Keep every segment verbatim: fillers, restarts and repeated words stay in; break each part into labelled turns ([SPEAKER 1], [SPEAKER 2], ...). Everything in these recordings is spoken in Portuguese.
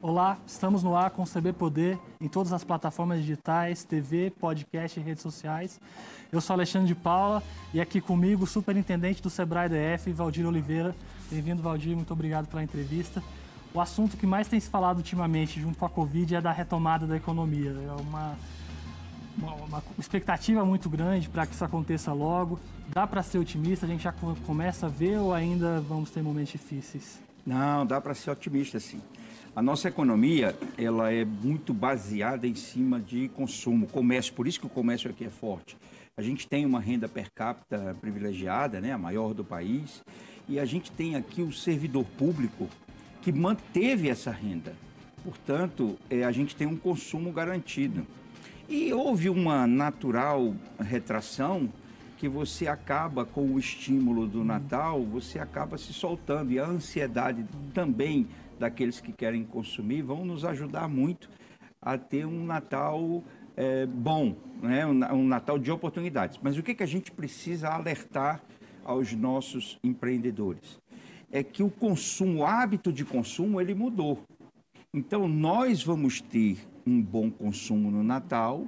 [SPEAKER 1] Olá, estamos no ar com o C B Poder em todas as plataformas digitais, T V, podcast e redes sociais. Eu sou Alexandre de Paula e aqui comigo o superintendente do Sebrae D F, Valdir Oliveira. Bem-vindo, Valdir, muito obrigado pela entrevista. O assunto que mais tem se falado ultimamente junto com a Covid é da retomada da economia. É uma, uma, uma expectativa muito grande para que isso aconteça logo. Dá para ser otimista? A gente já começa a ver ou ainda vamos ter momentos difíceis?
[SPEAKER 2] Não, dá para ser otimista, sim. A nossa economia, ela é muito baseada em cima de consumo, comércio, por isso que o comércio aqui é forte. A gente tem uma renda per capita privilegiada, né, a maior do país, e a gente tem aqui o servidor público que manteve essa renda. Portanto, é, a gente tem um consumo garantido. E houve uma natural retração que você acaba com o estímulo do Natal, você acaba se soltando, e a ansiedade também daqueles que querem consumir vão nos ajudar muito a ter um Natal é, bom, né? um, um Natal de oportunidades. Mas o que, que a gente precisa alertar aos nossos empreendedores? É que o consumo, o hábito de consumo, ele mudou. Então, nós vamos ter um bom consumo no Natal,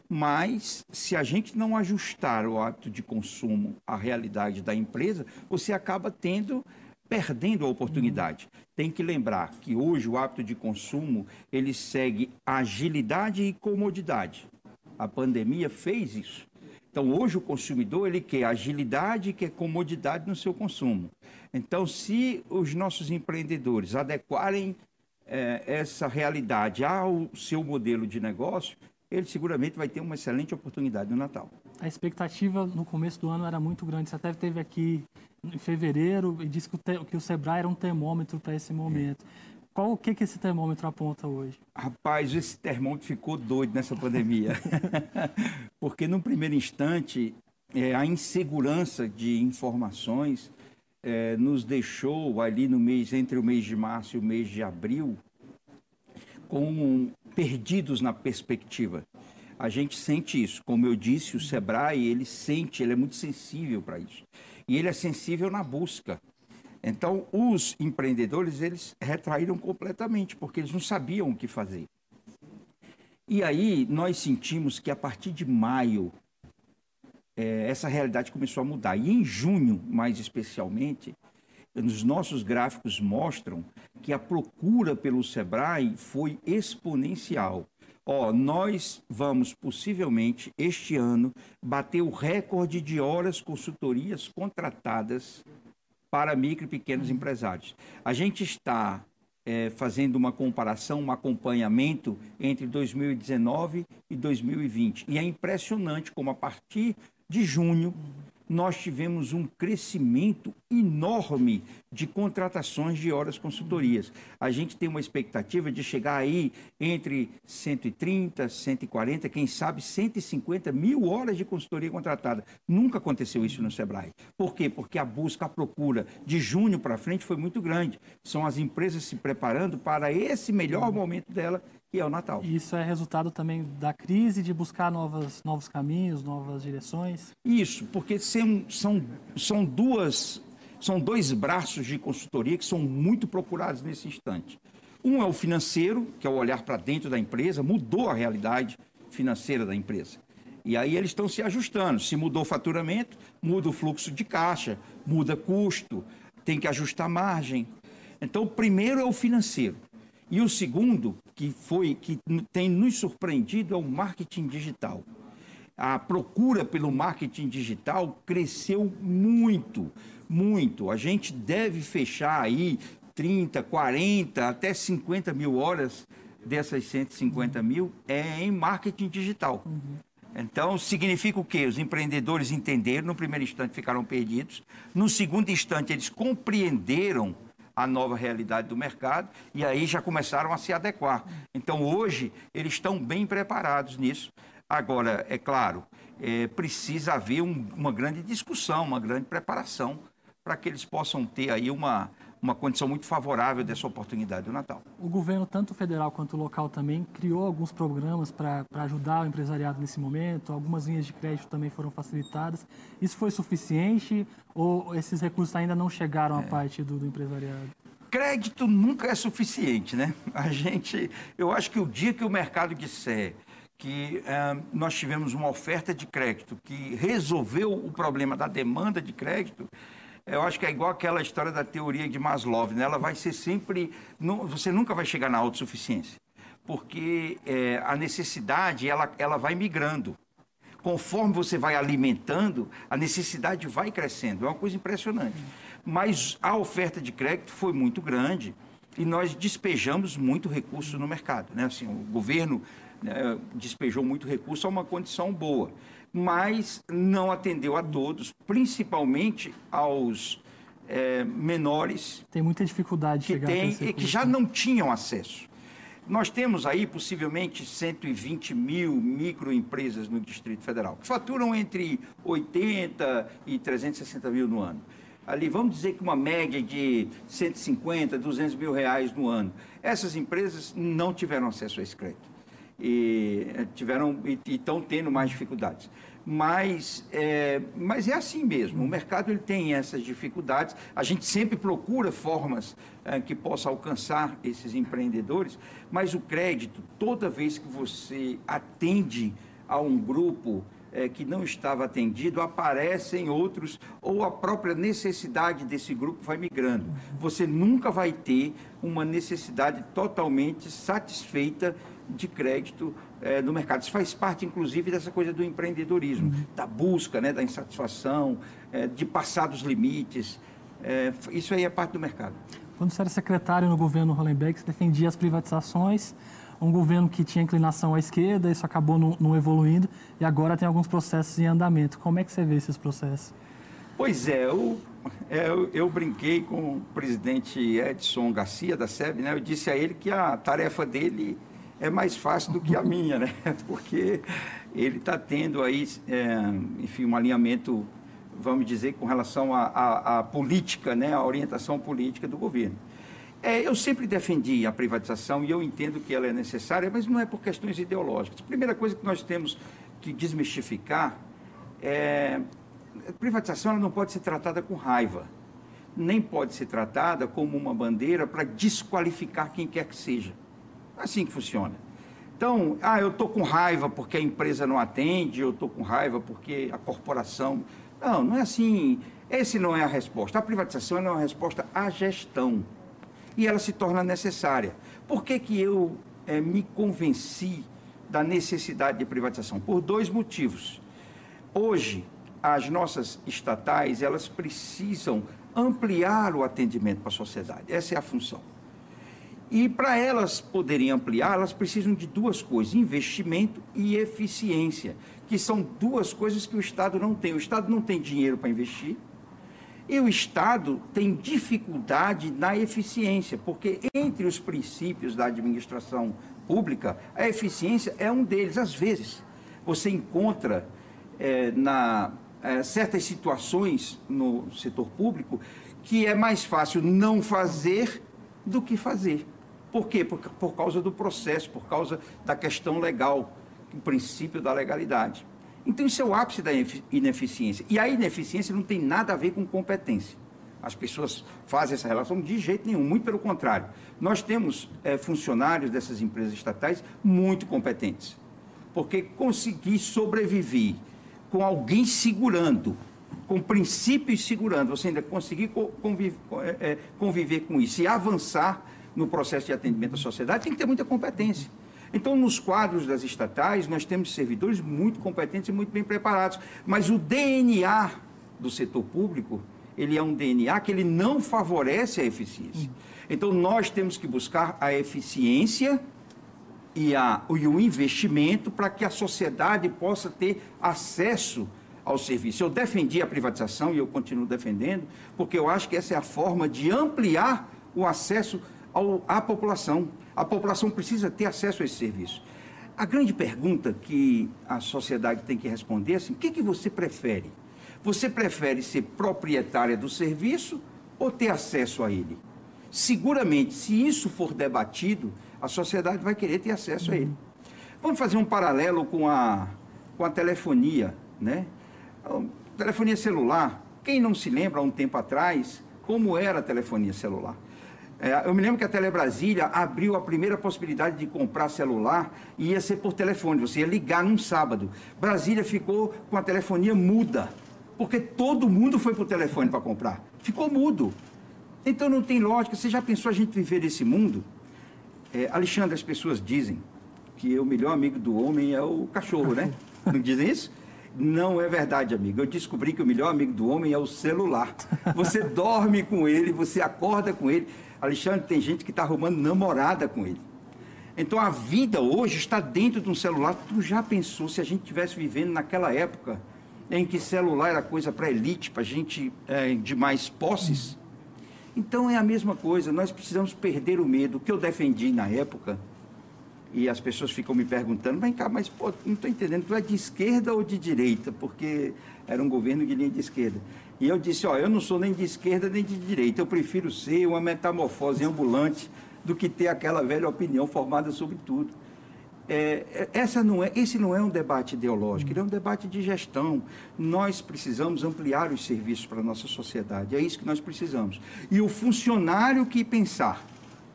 [SPEAKER 2] mas se a gente não ajustar o hábito de consumo à realidade da empresa, você acaba tendo... perdendo a oportunidade. Tem que lembrar que hoje o hábito de consumo, ele segue agilidade e comodidade. A pandemia fez isso. Então, hoje o consumidor, ele quer agilidade e quer comodidade no seu consumo. Então, se os nossos empreendedores adequarem eh, essa realidade ao seu modelo de negócio, ele seguramente vai ter uma excelente oportunidade no Natal.
[SPEAKER 1] A expectativa no começo do ano era muito grande. Você até esteve aqui em fevereiro e disse que o, te, que o Sebrae era um termômetro para esse momento. É. Qual o que, que esse termômetro aponta hoje?
[SPEAKER 2] Rapaz, esse termômetro ficou doido nessa pandemia. Porque, no primeiro instante, é, a insegurança de informações é, nos deixou ali no mês, entre o mês de março e o mês de abril, com, perdidos na perspectiva. A gente sente isso. Como eu disse, o Sebrae, ele sente, ele é muito sensível para isso. E ele é sensível na busca. Então, os empreendedores, eles retraíram completamente, porque eles não sabiam o que fazer. E aí, nós sentimos que a partir de maio, é, essa realidade começou a mudar. E em junho, mais especialmente, os nossos gráficos mostram que a procura pelo Sebrae foi exponencial. Ó, nós vamos possivelmente, este ano, bater o recorde de horas consultorias contratadas para micro e pequenos empresários. A gente está é, fazendo uma comparação, um acompanhamento entre dois mil e dezenove e dois mil e vinte. E é impressionante como a partir de junho nós tivemos um crescimento enorme de contratações de horas consultorias. A gente tem uma expectativa de chegar aí entre cento e trinta, cento e quarenta, quem sabe cento e cinquenta mil horas de consultoria contratada. Nunca aconteceu isso no Sebrae. Por quê? Porque a busca, a procura de junho para frente foi muito grande. São as empresas se preparando para esse melhor momento dela, que é o Natal.
[SPEAKER 1] E isso é resultado também da crise, de buscar novas, novos caminhos, novas direções?
[SPEAKER 2] Isso, porque são, são, são, duas, são dois braços de consultoria que são muito procurados nesse instante. Um é o financeiro, que é o olhar para dentro da empresa, mudou a realidade financeira da empresa. E aí eles estão se ajustando. Se mudou o faturamento, muda o fluxo de caixa, muda custo, tem que ajustar a margem. Então, o primeiro é o financeiro. E o segundo, que foi que tem nos surpreendido, é o marketing digital. A procura pelo marketing digital cresceu muito, muito. A gente deve fechar aí trinta, quarenta, até cinquenta mil horas dessas cento e cinquenta mil é em marketing digital. Uhum. Então, significa o quê? Os empreendedores entenderam, no primeiro instante ficaram perdidos, no segundo instante eles compreenderam a nova realidade do mercado e aí já começaram a se adequar. Então, hoje, eles estão bem preparados nisso. Agora, é claro, é, precisa haver um, uma grande discussão, uma grande preparação para que eles possam ter aí uma, uma condição muito favorável dessa oportunidade do Natal.
[SPEAKER 1] O governo, tanto federal quanto local também, criou alguns programas para ajudar o empresariado nesse momento, algumas linhas de crédito também foram facilitadas. Isso foi suficiente ou esses recursos ainda não chegaram à
[SPEAKER 2] é.
[SPEAKER 1] parte do, do empresariado?
[SPEAKER 2] crédito nunca é suficiente, né? A gente, eu acho que o dia que o mercado disser que eh, nós tivemos uma oferta de crédito que resolveu o problema da demanda de crédito, eu acho que é igual aquela história da teoria de Maslow, né? Ela vai ser sempre, não, você nunca vai chegar na autossuficiência, porque eh, a necessidade ela, ela vai migrando. Conforme você vai alimentando, a necessidade vai crescendo. É uma coisa impressionante. Mas a oferta de crédito foi muito grande e nós despejamos muito recurso no mercado, né? Assim, o governo, né, despejou muito recurso a uma condição boa, mas não atendeu a todos, principalmente aos é, menores.
[SPEAKER 1] Tem muita dificuldade de
[SPEAKER 2] que
[SPEAKER 1] chegar
[SPEAKER 2] tem,
[SPEAKER 1] a esse
[SPEAKER 2] e que já não tinham acesso. Nós temos aí, possivelmente, cento e vinte mil microempresas no Distrito Federal, que faturam entre oitenta e trezentos e sessenta mil no ano. Ali, vamos dizer que uma média de cento e cinquenta, duzentos mil reais no ano. Essas empresas não tiveram acesso a esse crédito. E tiveram e estão tendo mais dificuldades. Mas é, mas é assim mesmo, o mercado ele tem essas dificuldades, a gente sempre procura formas é, que possa alcançar esses empreendedores, mas o crédito, toda vez que você atende a um grupo é, que não estava atendido, aparecem outros, ou a própria necessidade desse grupo vai migrando. Você nunca vai ter uma necessidade totalmente satisfeita de crédito é, no mercado. Isso faz parte, inclusive, dessa coisa do empreendedorismo, uhum. da busca, né, da insatisfação, é, de passar dos limites. É, isso aí é parte do mercado.
[SPEAKER 1] Quando você era secretário no governo Hollenbeck, você defendia as privatizações, um governo que tinha inclinação à esquerda, isso acabou não, não evoluindo, e agora tem alguns processos em andamento. Como é que você vê esses processos?
[SPEAKER 2] Pois é, eu, eu, eu brinquei com o presidente Edson Garcia, da S E B, né? Eu disse a ele que a tarefa dele é mais fácil do que a minha, né? Porque ele está tendo aí, é, enfim, um alinhamento, vamos dizer, com relação à política, né? A orientação política do governo. É, eu sempre defendi a privatização e eu entendo que ela é necessária, mas não é por questões ideológicas. A primeira coisa que nós temos que desmistificar é a privatização ela não pode ser tratada com raiva, nem pode ser tratada como uma bandeira para desqualificar quem quer que seja. Assim que funciona. Então, ah, eu estou com raiva porque a empresa não atende, eu estou com raiva porque a corporação... Não, não é assim. Essa não é a resposta. A privatização é uma resposta à gestão. E ela se torna necessária. Por que que eu é, me convenci da necessidade de privatização? Por dois motivos. Hoje, as nossas estatais, elas precisam ampliar o atendimento para a sociedade. Essa é a função. E para elas poderem ampliar, elas precisam de duas coisas, investimento e eficiência, que são duas coisas que o Estado não tem. O Estado não tem dinheiro para investir e o Estado tem dificuldade na eficiência, porque entre os princípios da administração pública, a eficiência é um deles. Às vezes, você encontra é, na, é, certas situações no setor público que é mais fácil não fazer do que fazer. Por quê? Por, por causa do processo, por causa da questão legal, o princípio da legalidade. Então, isso é o ápice da ineficiência. E a ineficiência não tem nada a ver com competência. As pessoas fazem essa relação de jeito nenhum, muito pelo contrário. Nós temos é, funcionários dessas empresas estatais muito competentes, porque conseguir sobreviver com alguém segurando, com princípios segurando, você ainda conseguir conviver, é, conviver com isso e avançar no processo de atendimento à sociedade, tem que ter muita competência. Então, nos quadros das estatais, nós temos servidores muito competentes e muito bem preparados, mas o D N A do setor público, ele é um D N A que ele não favorece a eficiência. Então, nós temos que buscar a eficiência e, a, e o investimento para que a sociedade possa ter acesso ao serviço. Eu defendi a privatização e eu continuo defendendo, porque eu acho que essa é a forma de ampliar o acesso ao, à população. A população precisa ter acesso a esse serviço. A grande pergunta que a sociedade tem que responder é assim: o que, que você prefere? Você prefere ser proprietária do serviço ou ter acesso a ele? Seguramente, se isso for debatido, a sociedade vai querer ter acesso a ele. Vamos fazer um paralelo com a, com a telefonia, né? A telefonia celular. Quem não se lembra, há um tempo atrás, como era a telefonia celular? É, eu me lembro que a Telebrasília abriu a primeira possibilidade de comprar celular e ia ser por telefone, você ia ligar num sábado. Brasília ficou com a telefonia muda, porque todo mundo foi para o telefone para comprar. Ficou mudo. Então não tem lógica. Você já pensou a gente viver nesse mundo? É, Alexandre, as pessoas dizem que o melhor amigo do homem é o cachorro, né? Não dizem isso? Não é verdade, amigo. Eu descobri que o melhor amigo do homem é o celular. Você dorme com ele, você acorda com ele. Alexandre, tem gente que está arrumando namorada com ele. Então, a vida hoje está dentro de um celular. Tu já pensou se a gente estivesse vivendo naquela época em que celular era coisa para elite, para gente é, de mais posses? Então, é a mesma coisa. Nós precisamos perder o medo. O que eu defendi na época, e as pessoas ficam me perguntando, vem cá, mas pô, não estou entendendo, tu é de esquerda ou de direita? Porque era um governo de linha de esquerda. E eu disse, ó, eu não sou nem de esquerda nem de direita, eu prefiro ser uma metamorfose ambulante do que ter aquela velha opinião formada sobre tudo. É, essa não é, esse não é um debate ideológico, ele é um debate de gestão. Nós precisamos ampliar os serviços para a nossa sociedade, é isso que nós precisamos. E o funcionário que pensar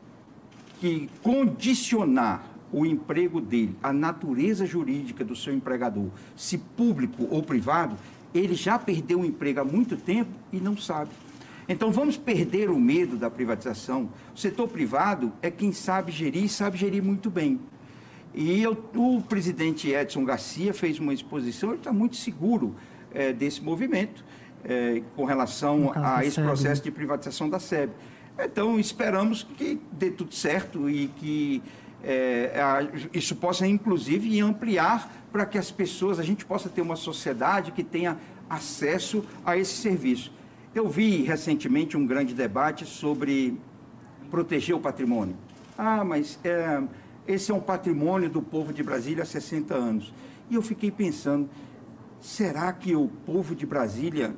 [SPEAKER 2] que condicionar o emprego dele à natureza jurídica do seu empregador, se público ou privado, ele já perdeu o emprego há muito tempo e não sabe. Então, vamos perder o medo da privatização. O setor privado é quem sabe gerir e sabe gerir muito bem. E eu, o presidente Edson Garcia fez uma exposição, ele está muito seguro é, desse movimento é, com relação a esse processo de privatização da S E B. Então, esperamos que dê tudo certo e que é, isso possa, inclusive, ampliar para que as pessoas, a gente possa ter uma sociedade que tenha acesso a esse serviço. Eu vi recentemente um grande debate sobre proteger o patrimônio. Ah, mas é, esse é um patrimônio do povo de Brasília há sessenta anos. E eu fiquei pensando, será que o povo de Brasília,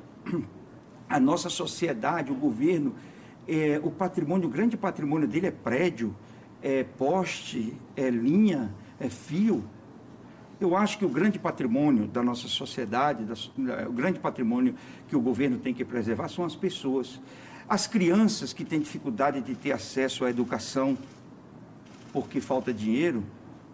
[SPEAKER 2] a nossa sociedade, o governo, é, o patrimônio, o grande patrimônio dele é prédio, é poste, é linha, é fio? Eu acho que o grande patrimônio da nossa sociedade, da, o grande patrimônio que o governo tem que preservar são as pessoas. As crianças que têm dificuldade de ter acesso à educação porque falta dinheiro,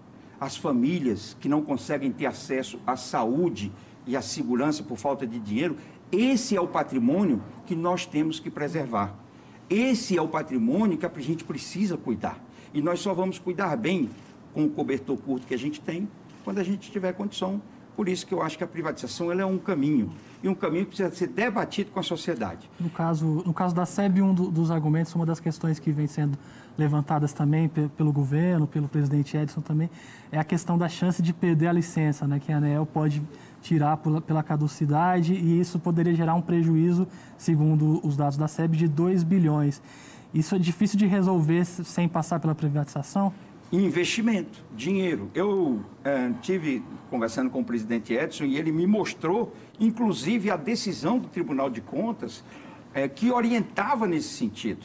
[SPEAKER 2] as famílias que não conseguem ter acesso à saúde e à segurança por falta de dinheiro, esse é o patrimônio que nós temos que preservar. Esse é o patrimônio que a gente precisa cuidar. E nós só vamos cuidar bem com o cobertor curto que a gente tem, quando a gente tiver condição. Por isso que eu acho que a privatização ela é um caminho, e um caminho que precisa ser debatido com a sociedade.
[SPEAKER 1] No caso, no caso da S E B, um do, dos argumentos, uma das questões que vem sendo levantadas também pe, pelo governo, pelo presidente Edson também, é a questão da chance de perder a licença, né, que a ANEEL pode tirar pela, pela caducidade, e isso poderia gerar um prejuízo, segundo os dados da S E B, de dois bilhões. Isso é difícil de resolver sem passar pela privatização?
[SPEAKER 2] Investimento, dinheiro. Eu é, tive conversando com o presidente Edson e ele me mostrou, inclusive, a decisão do Tribunal de Contas é, que orientava nesse sentido.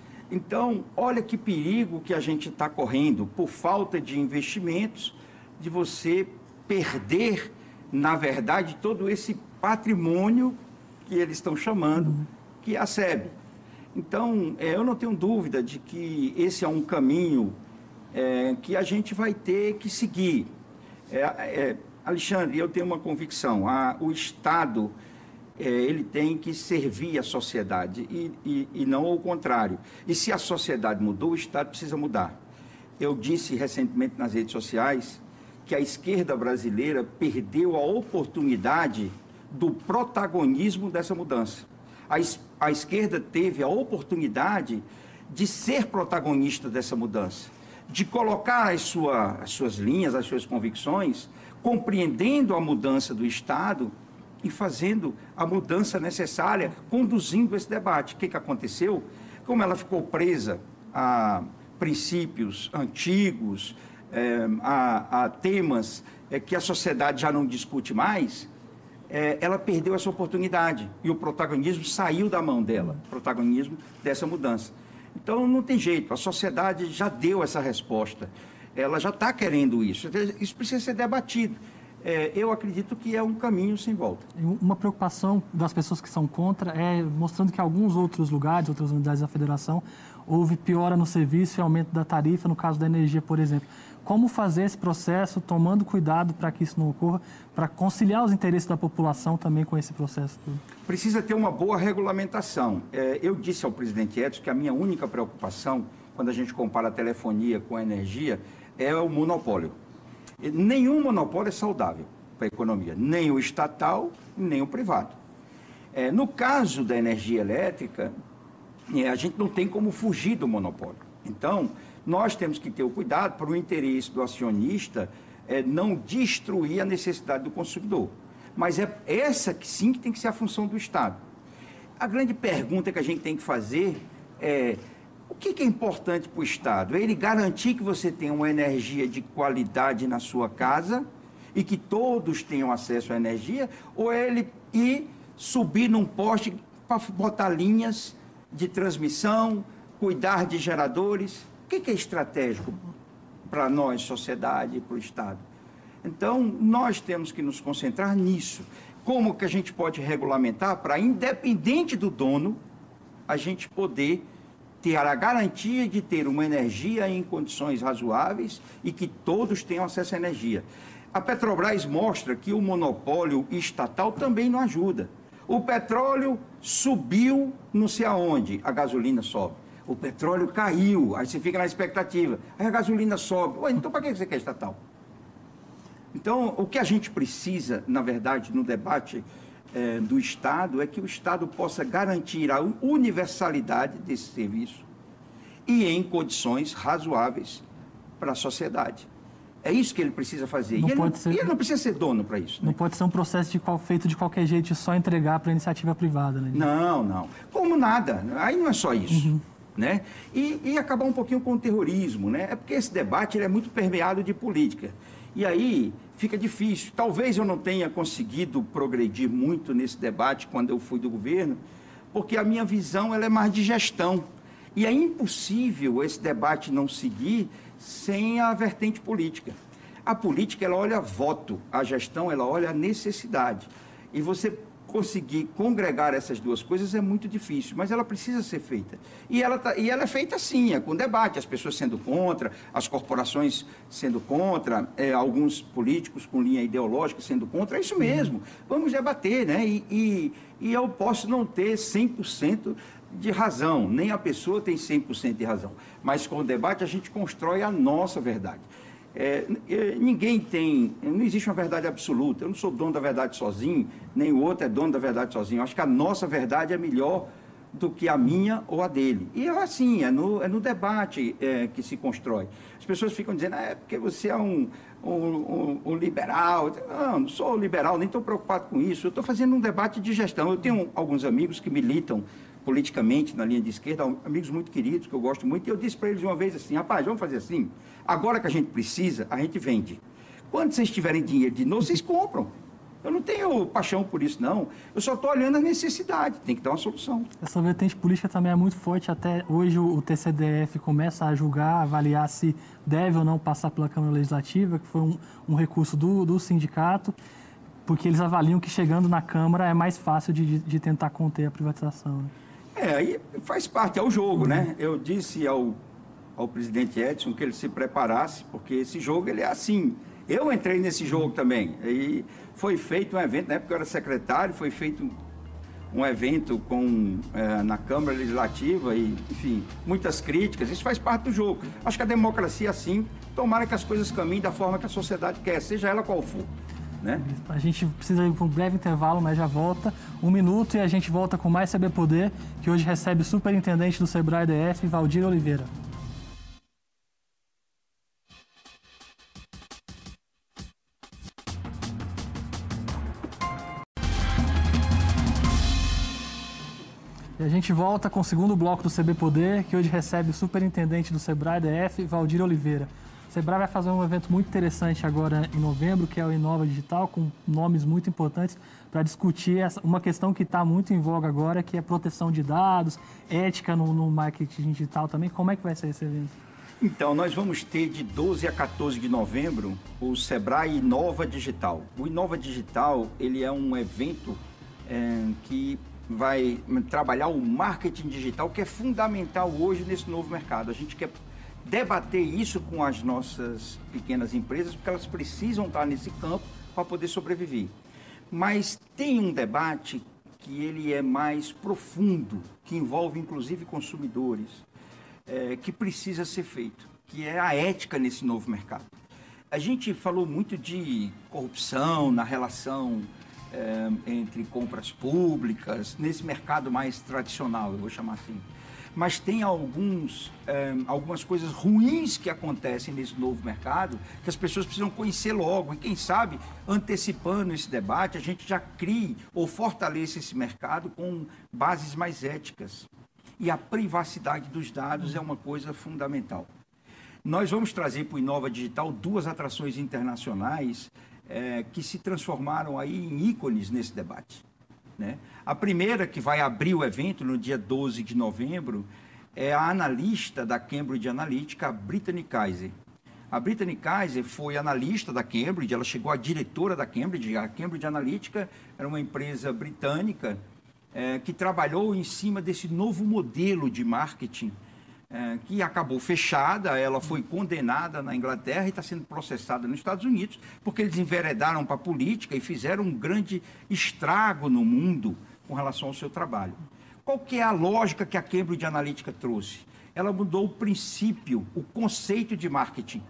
[SPEAKER 2] Então, olha que perigo que a gente está correndo por falta de investimentos, de você perder, na verdade, todo esse patrimônio que eles estão chamando, que é a S E B. Então, é, eu não tenho dúvida de que esse é um caminho É, que a gente vai ter que seguir. É, é, Alexandre, eu tenho uma convicção, a, o Estado é, ele tem que servir a sociedade e, e, e não ao contrário. E se a sociedade mudou, o Estado precisa mudar. Eu disse recentemente nas redes sociais que a esquerda brasileira perdeu a oportunidade do protagonismo dessa mudança. A, a esquerda teve a oportunidade de ser protagonista dessa mudança, de colocar as, sua, as suas linhas, as suas convicções, compreendendo a mudança do Estado e fazendo a mudança necessária, conduzindo esse debate. O que, que aconteceu? Como ela ficou presa a princípios antigos, é, a, a temas é, que a sociedade já não discute mais, é, ela perdeu essa oportunidade e o protagonismo saiu da mão dela, o protagonismo dessa mudança. Então, não tem jeito, a sociedade já deu essa resposta, ela já está querendo isso, isso precisa ser debatido. é, eu acredito que é um caminho sem volta.
[SPEAKER 1] Uma preocupação das pessoas que são contra é mostrando que em alguns outros lugares, outras unidades da federação, houve piora no serviço e aumento da tarifa, no caso da energia, por exemplo. Como fazer esse processo, tomando cuidado para que isso não ocorra, para conciliar os interesses da população também com esse processo todo?
[SPEAKER 2] Precisa ter uma boa regulamentação. É, eu disse ao presidente Edson que a minha única preocupação, quando a gente compara a telefonia com a energia, é o monopólio. Nenhum monopólio é saudável para a economia, nem o estatal, nem o privado. É, no caso da energia elétrica, é, a gente não tem como fugir do monopólio. Então, nós temos que ter o cuidado para o interesse do acionista é, não destruir a necessidade do consumidor. Mas é essa que sim que tem que ser a função do Estado. A grande pergunta que a gente tem que fazer é: o que, que é importante para o Estado? É ele garantir que você tenha uma energia de qualidade na sua casa e que todos tenham acesso à energia? Ou é ele ir subir num poste para botar linhas de transmissão, cuidar de geradores? O que, que é estratégico para nós, sociedade, e para o Estado? Então, nós temos que nos concentrar nisso. Como que a gente pode regulamentar para, independente do dono, a gente poder ter a garantia de ter uma energia em condições razoáveis e que todos tenham acesso à energia. A Petrobras mostra que o monopólio estatal também não ajuda. O petróleo subiu não sei aonde, a gasolina sobe. O petróleo caiu, aí você fica na expectativa. Aí a gasolina sobe. Ué, então para que você quer estatal? Então, o que a gente precisa, na verdade, no debate eh, do Estado, é que o Estado possa garantir a universalidade desse serviço e em condições razoáveis para a sociedade. É isso que ele precisa fazer.
[SPEAKER 1] Não
[SPEAKER 2] e, ele
[SPEAKER 1] pode
[SPEAKER 2] não,
[SPEAKER 1] ser...
[SPEAKER 2] e ele não precisa ser dono para isso.
[SPEAKER 1] Não
[SPEAKER 2] né?
[SPEAKER 1] pode ser um processo de qual, feito de qualquer jeito e só entregar para a iniciativa privada. Né?
[SPEAKER 2] Não, não. Como nada. Aí não é só isso.
[SPEAKER 1] Uhum.
[SPEAKER 2] Né? E, e acabar um pouquinho com o terrorismo. Né? É porque esse debate ele é muito permeado de política. E aí fica difícil. Talvez eu não tenha conseguido progredir muito nesse debate quando eu fui do governo, porque a minha visão ela é mais de gestão. E é impossível esse debate não seguir sem a vertente política. A política ela olha voto, a gestão ela olha a necessidade. E você conseguir congregar essas duas coisas é muito difícil, mas ela precisa ser feita. E ela, tá, e ela é feita assim, é com debate, as pessoas sendo contra, as corporações sendo contra, é, alguns políticos com linha ideológica sendo contra, é isso mesmo. Vamos debater, né? E, e, e eu posso não ter cem por cento de razão, nem a pessoa tem cem por cento de razão, mas com o debate a gente constrói a nossa verdade. É, ninguém tem, não existe uma verdade absoluta, eu não sou dono da verdade sozinho, nem o outro é dono da verdade sozinho. Eu acho que a nossa verdade é melhor do que a minha ou a dele. E é assim, é no, é no debate é, que se constrói. As pessoas ficam dizendo, ah, é porque você é um, um, um, um liberal. Não, não sou liberal, nem estou preocupado com isso. Eu estou fazendo um debate de gestão. Eu tenho alguns amigos que militam politicamente na linha de esquerda, amigos muito queridos, que eu gosto muito, e eu disse para eles uma vez assim, rapaz, vamos fazer assim, agora que a gente precisa, a gente vende. Quando vocês tiverem dinheiro de novo, vocês compram. Eu não tenho paixão por isso, não. Eu só estou olhando a necessidade, tem que dar uma solução.
[SPEAKER 1] Essa vertente política também é muito forte, até hoje o T C D F começa a julgar, avaliar se deve ou não passar pela Câmara Legislativa, que foi um, um recurso do, do sindicato, porque eles avaliam que chegando na Câmara é mais fácil de, de tentar conter a privatização. Né?
[SPEAKER 2] É, aí faz parte, é o jogo, né? Eu disse ao, ao presidente Edson que ele se preparasse, porque esse jogo ele é assim. Eu entrei nesse jogo também. E foi feito um evento, na época eu era secretário, foi feito um evento com, é, na Câmara Legislativa e, enfim, muitas críticas. Isso faz parte do jogo. Acho que a democracia, assim, tomara que as coisas caminhem da forma que a sociedade quer, seja ela qual for. Né?
[SPEAKER 1] A gente precisa ir para um breve intervalo, mas já volta. Um minuto e a gente volta com mais C B Poder, que hoje recebe o superintendente do Sebrae D F, Valdir Oliveira. E a gente volta com o segundo bloco do C B Poder, que hoje recebe o superintendente do Sebrae D F, Valdir Oliveira. O Sebrae vai fazer um evento muito interessante agora em novembro, que é o Inova Digital, com nomes muito importantes para discutir essa, uma questão que está muito em voga agora, que é proteção de dados, ética no, no marketing digital também. Como é que vai ser esse evento?
[SPEAKER 2] Então, nós vamos ter de doze a quatorze de novembro o Sebrae Inova Digital. O Inova Digital, ele é um evento é, que vai trabalhar o marketing digital, que é fundamental hoje nesse novo mercado. A gente quer debater isso com as nossas pequenas empresas, porque elas precisam estar nesse campo para poder sobreviver. Mas tem um debate que ele é mais profundo, que envolve inclusive consumidores, é, que precisa ser feito, que é a ética nesse novo mercado. A gente falou muito de corrupção na relação é, entre compras públicas, nesse mercado mais tradicional, eu vou chamar assim. Mas tem alguns, é, algumas coisas ruins que acontecem nesse novo mercado que as pessoas precisam conhecer logo. E quem sabe, antecipando esse debate, a gente já crie ou fortaleça esse mercado com bases mais éticas. E a privacidade dos dados é uma coisa fundamental. Nós vamos trazer para o Inova Digital duas atrações internacionais é, que se transformaram aí em ícones nesse debate. Né? A primeira, que vai abrir o evento no dia doze de novembro, é a analista da Cambridge Analytica, a Brittany Kaiser. A Brittany Kaiser foi analista da Cambridge, ela chegou a diretora da Cambridge. A Cambridge Analytica era uma empresa britânica é, que trabalhou em cima desse novo modelo de marketing, é, que acabou fechada. Ela foi condenada na Inglaterra e está sendo processada nos Estados Unidos, porque eles enveredaram para a política e fizeram um grande estrago no mundo com relação ao seu trabalho. Qual que é a lógica que a Cambridge Analytica trouxe? Ela mudou o princípio, o conceito de marketing.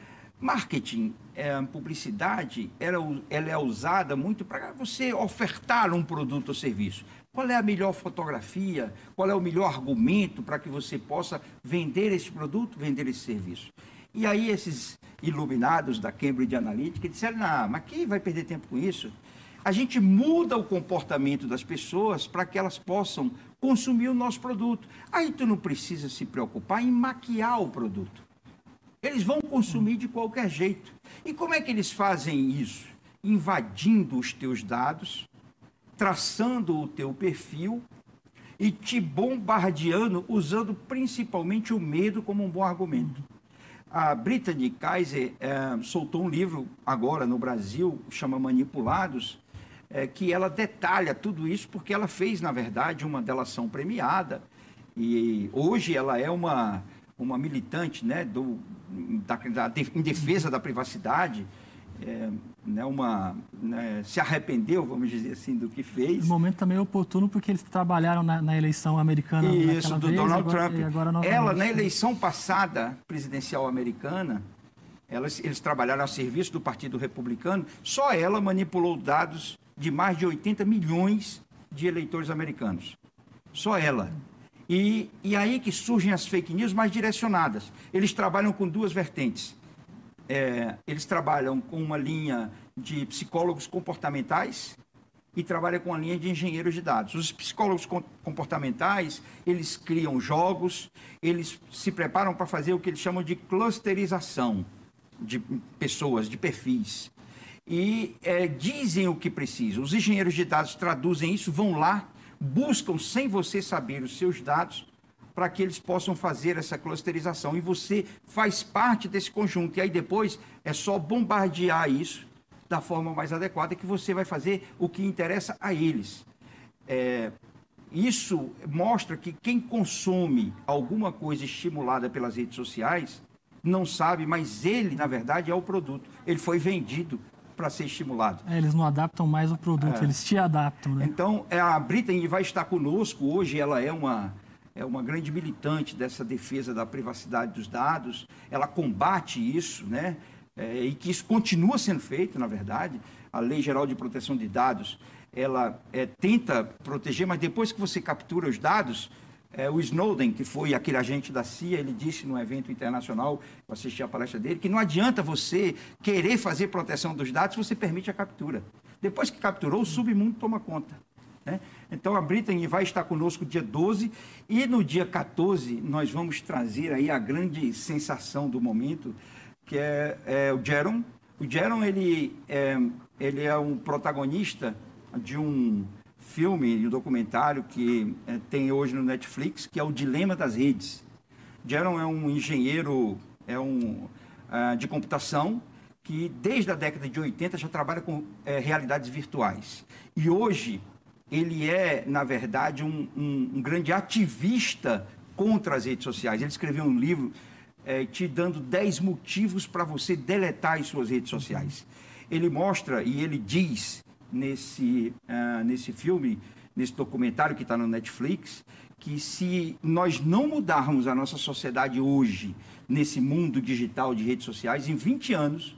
[SPEAKER 2] Marketing, é, publicidade, ela, ela é usada muito para você ofertar um produto ou serviço. Qual é a melhor fotografia? Qual é o melhor argumento para que você possa vender esse produto, vender esse serviço? E aí esses iluminados da Cambridge Analytica disseram, não, mas quem vai perder tempo com isso? A gente muda o comportamento das pessoas para que elas possam consumir o nosso produto. Aí tu não precisa se preocupar em maquiar o produto. Eles vão consumir de qualquer jeito. E como é que eles fazem isso? Invadindo os teus dados, traçando o teu perfil e te bombardeando, usando principalmente o medo como um bom argumento. A Brittany Kaiser é, soltou um livro agora no Brasil, chama Manipulados, é, que ela detalha tudo isso, porque ela fez, na verdade, uma delação premiada, e hoje ela é uma, uma militante, né, do, da, da, em defesa da privacidade, é, né, uma, né, se arrependeu, vamos dizer assim, do que fez.
[SPEAKER 1] O momento também é oportuno porque eles trabalharam na, na eleição americana.
[SPEAKER 2] Isso, do
[SPEAKER 1] vez,
[SPEAKER 2] Donald
[SPEAKER 1] agora,
[SPEAKER 2] Trump.
[SPEAKER 1] Agora
[SPEAKER 2] Ela, na eleição passada, presidencial americana, elas, eles trabalharam a serviço do Partido Republicano, só ela manipulou dados de mais de oitenta milhões de eleitores americanos. Só ela. E, e aí que surgem as fake news mais direcionadas. Eles trabalham com duas vertentes. É, eles trabalham com uma linha de psicólogos comportamentais e trabalham com a linha de engenheiros de dados. Os psicólogos comportamentais, eles criam jogos, eles se preparam para fazer o que eles chamam de clusterização de pessoas, de perfis. E é, dizem o que precisam. Os engenheiros de dados traduzem isso, vão lá, buscam sem você saber os seus dados, para que eles possam fazer essa clusterização. E você faz parte desse conjunto. E aí depois é só bombardear isso da forma mais adequada, que você vai fazer o que interessa a eles. É, isso mostra que quem consome alguma coisa estimulada pelas redes sociais não sabe, mas ele, na verdade, é o produto. Ele foi vendido para ser estimulado.
[SPEAKER 1] É, eles não adaptam mais o produto, é. eles te adaptam. Né?
[SPEAKER 2] Então, a Brittany vai estar conosco. Hoje ela é uma... é uma grande militante dessa defesa da privacidade dos dados, ela combate isso, né? É, e que isso continua sendo feito, na verdade. A Lei Geral de Proteção de Dados, ela é, tenta proteger, mas depois que você captura os dados, é, o Snowden, que foi aquele agente da C I A, ele disse num evento internacional, eu assisti a palestra dele, que não adianta você querer fazer proteção dos dados se você permite a captura. Depois que capturou, o submundo toma conta. Né? Então, a Brittany vai estar conosco dia doze e no dia quatorze nós vamos trazer aí a grande sensação do momento, que é, é o Jaron. O Jaron, ele é, ele é um protagonista de um filme, um documentário que é, tem hoje no Netflix, que é o Dilema das Redes. Jaron é um engenheiro é um, uh, de computação que, desde a década de oitenta, já trabalha com é, realidades virtuais. E hoje, ele é, na verdade, um, um, um grande ativista contra as redes sociais. Ele escreveu um livro é, te dando dez motivos para você deletar as suas redes sociais. Ele mostra e ele diz nesse, uh, nesse filme, nesse documentário que está no Netflix, que se nós não mudarmos a nossa sociedade hoje, nesse mundo digital de redes sociais, em vinte anos,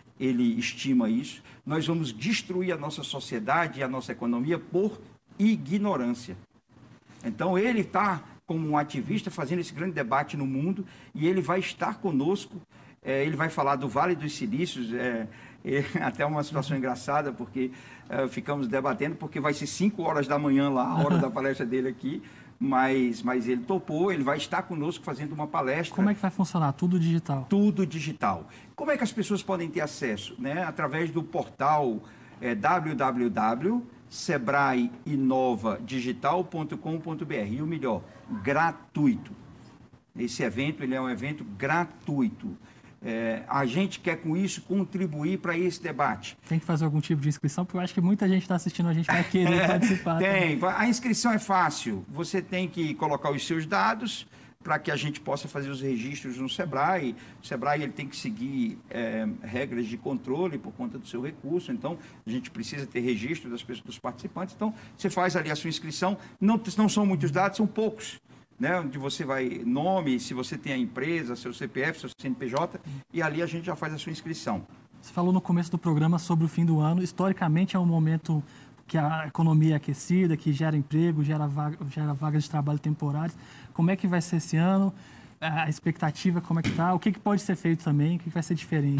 [SPEAKER 2] ele estima isso, nós vamos destruir a nossa sociedade e a nossa economia por ignorância. Então, ele está como um ativista fazendo esse grande debate no mundo e ele vai estar conosco, é, ele vai falar do Vale dos Silícios, é, é, até uma situação engraçada, porque é, ficamos debatendo, porque vai ser cinco horas da manhã lá, a hora da palestra dele aqui, Mas, mas ele topou, ele vai estar conosco fazendo uma palestra.
[SPEAKER 1] Como é que vai funcionar? Tudo digital?
[SPEAKER 2] Tudo digital. Como é que as pessoas podem ter acesso? Né? Através do portal é, w w w ponto sebrae inova digital ponto com ponto b r. E o melhor, gratuito. Esse evento ele é um evento gratuito. É, a gente quer, com isso, contribuir para esse debate.
[SPEAKER 1] Tem que fazer algum tipo de inscrição, porque eu acho que muita gente está assistindo, a gente vai querer participar.
[SPEAKER 2] Tem. Também. A inscrição é fácil. Você tem que colocar os seus dados para que a gente possa fazer os registros no Sebrae. O Sebrae ele tem que seguir é, regras de controle por conta do seu recurso. Então, a gente precisa ter registro das pessoas, dos participantes. Então, você faz ali a sua inscrição. Não, não são muitos dados, são poucos. Né, onde você vai, nome, se você tem a empresa, seu C P F, seu C N P J, e ali a gente já faz a sua inscrição.
[SPEAKER 1] Você falou no começo do programa sobre o fim do ano. Historicamente é um momento que a economia é aquecida, que gera emprego, gera, vaga, gera vagas de trabalho temporárias. Como é que vai ser esse ano? A expectativa, como é que está? O que, que pode ser feito também? O que, que vai ser diferente?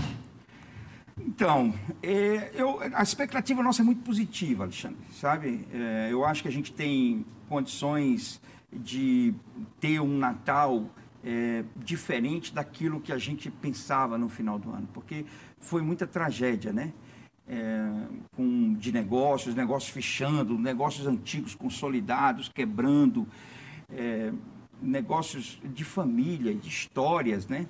[SPEAKER 2] Então, é, eu, a expectativa nossa é muito positiva, Alexandre, sabe? É, eu acho que a gente tem condições de ter um Natal é, diferente daquilo que a gente pensava no final do ano, porque foi muita tragédia, né? É, com, de negócios, negócios fechando, negócios antigos consolidados, quebrando, é, negócios de família, de histórias, né?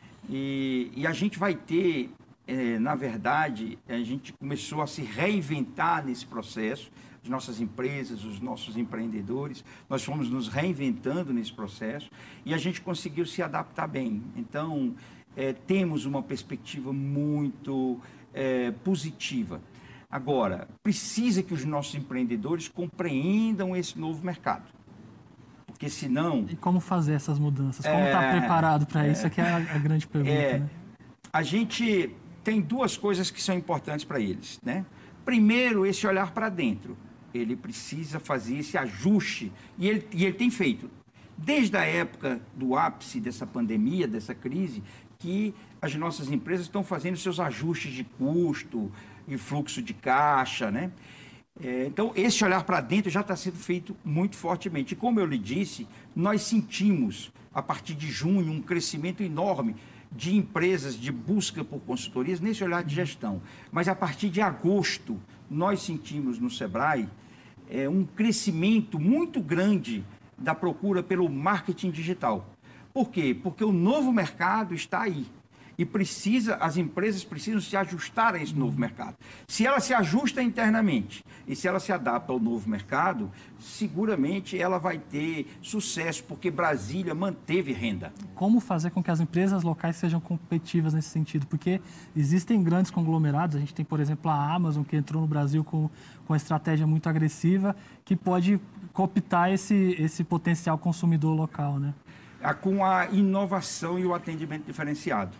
[SPEAKER 2] E, e a gente vai ter, é, na verdade, a gente começou a se reinventar nesse processo, as nossas empresas, os nossos empreendedores, nós fomos nos reinventando nesse processo e a gente conseguiu se adaptar bem. Então, é, temos uma perspectiva muito é, positiva. Agora, precisa que os nossos empreendedores compreendam esse novo mercado, porque senão...
[SPEAKER 1] E como fazer essas mudanças? Como estar é, preparado para é, isso? Essa é a, a grande pergunta. É, né?
[SPEAKER 2] A gente tem duas coisas que são importantes para eles, né? Primeiro, esse olhar para dentro. Ele precisa fazer esse ajuste, e ele, e ele tem feito. Desde a época do ápice dessa pandemia, dessa crise, que as nossas empresas estão fazendo seus ajustes de custo e fluxo de caixa, né? É, então, esse olhar para dentro já está sendo feito muito fortemente. E como eu lhe disse, nós sentimos, a partir de junho, um crescimento enorme de empresas de busca por consultorias nesse olhar de gestão. Mas, a partir de agosto, nós sentimos no Sebrae é, um crescimento muito grande da procura pelo marketing digital. Por quê? Porque o novo mercado está aí. E precisa, as empresas precisam se ajustar a esse novo mercado. Se ela se ajusta internamente e se ela se adapta ao novo mercado, seguramente ela vai ter sucesso, porque Brasília manteve renda.
[SPEAKER 1] Como fazer com que as empresas locais sejam competitivas nesse sentido? Porque existem grandes conglomerados, a gente tem, por exemplo, a Amazon, que entrou no Brasil com, com uma estratégia muito agressiva, que pode cooptar esse, esse potencial consumidor local, né?
[SPEAKER 2] Com a inovação e o atendimento diferenciado.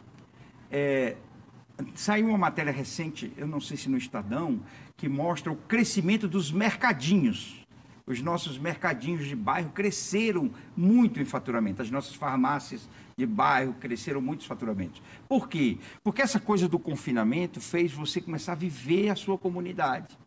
[SPEAKER 2] É, saiu uma matéria recente, eu não sei se no Estadão, que mostra o crescimento dos mercadinhos. Os nossos mercadinhos de bairro cresceram muito em faturamento. As nossas farmácias de bairro cresceram muito em faturamento. Por quê? Porque essa coisa do confinamento fez você começar a viver a sua comunidade.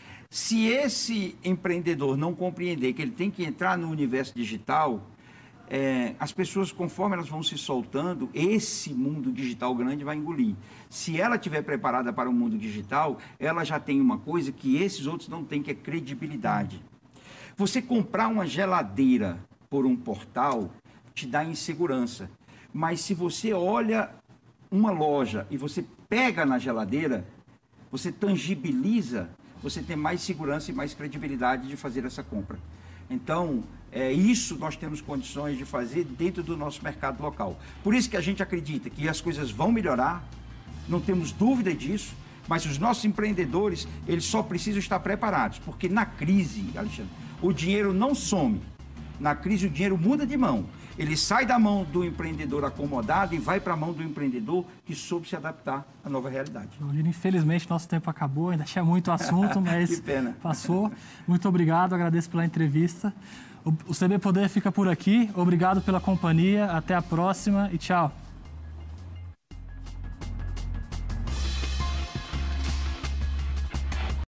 [SPEAKER 2] Se esse empreendedor não compreender que ele tem que entrar no universo digital... É, as pessoas, conforme elas vão se soltando, esse mundo digital grande vai engolir. Se ela estiver preparada para o mundo digital, ela já tem uma coisa que esses outros não têm, que é credibilidade. Você comprar uma geladeira por um portal te dá insegurança. Mas se você olha uma loja e você pega na geladeira, você tangibiliza, você tem mais segurança e mais credibilidade de fazer essa compra. Então, é isso nós temos condições de fazer dentro do nosso mercado local. Por isso que a gente acredita que as coisas vão melhorar, não temos dúvida disso, mas os nossos empreendedores, eles só precisam estar preparados, porque na crise, Alexandre, o dinheiro não some. Na crise, o dinheiro muda de mão. Ele sai da mão do empreendedor acomodado e vai para a mão do empreendedor que soube se adaptar à nova realidade.
[SPEAKER 1] Infelizmente, nosso tempo acabou, ainda tinha muito assunto, mas
[SPEAKER 2] que pena.
[SPEAKER 1] Passou. Muito obrigado, agradeço pela entrevista. O C B Poder fica por aqui. Obrigado pela companhia, até a próxima e tchau.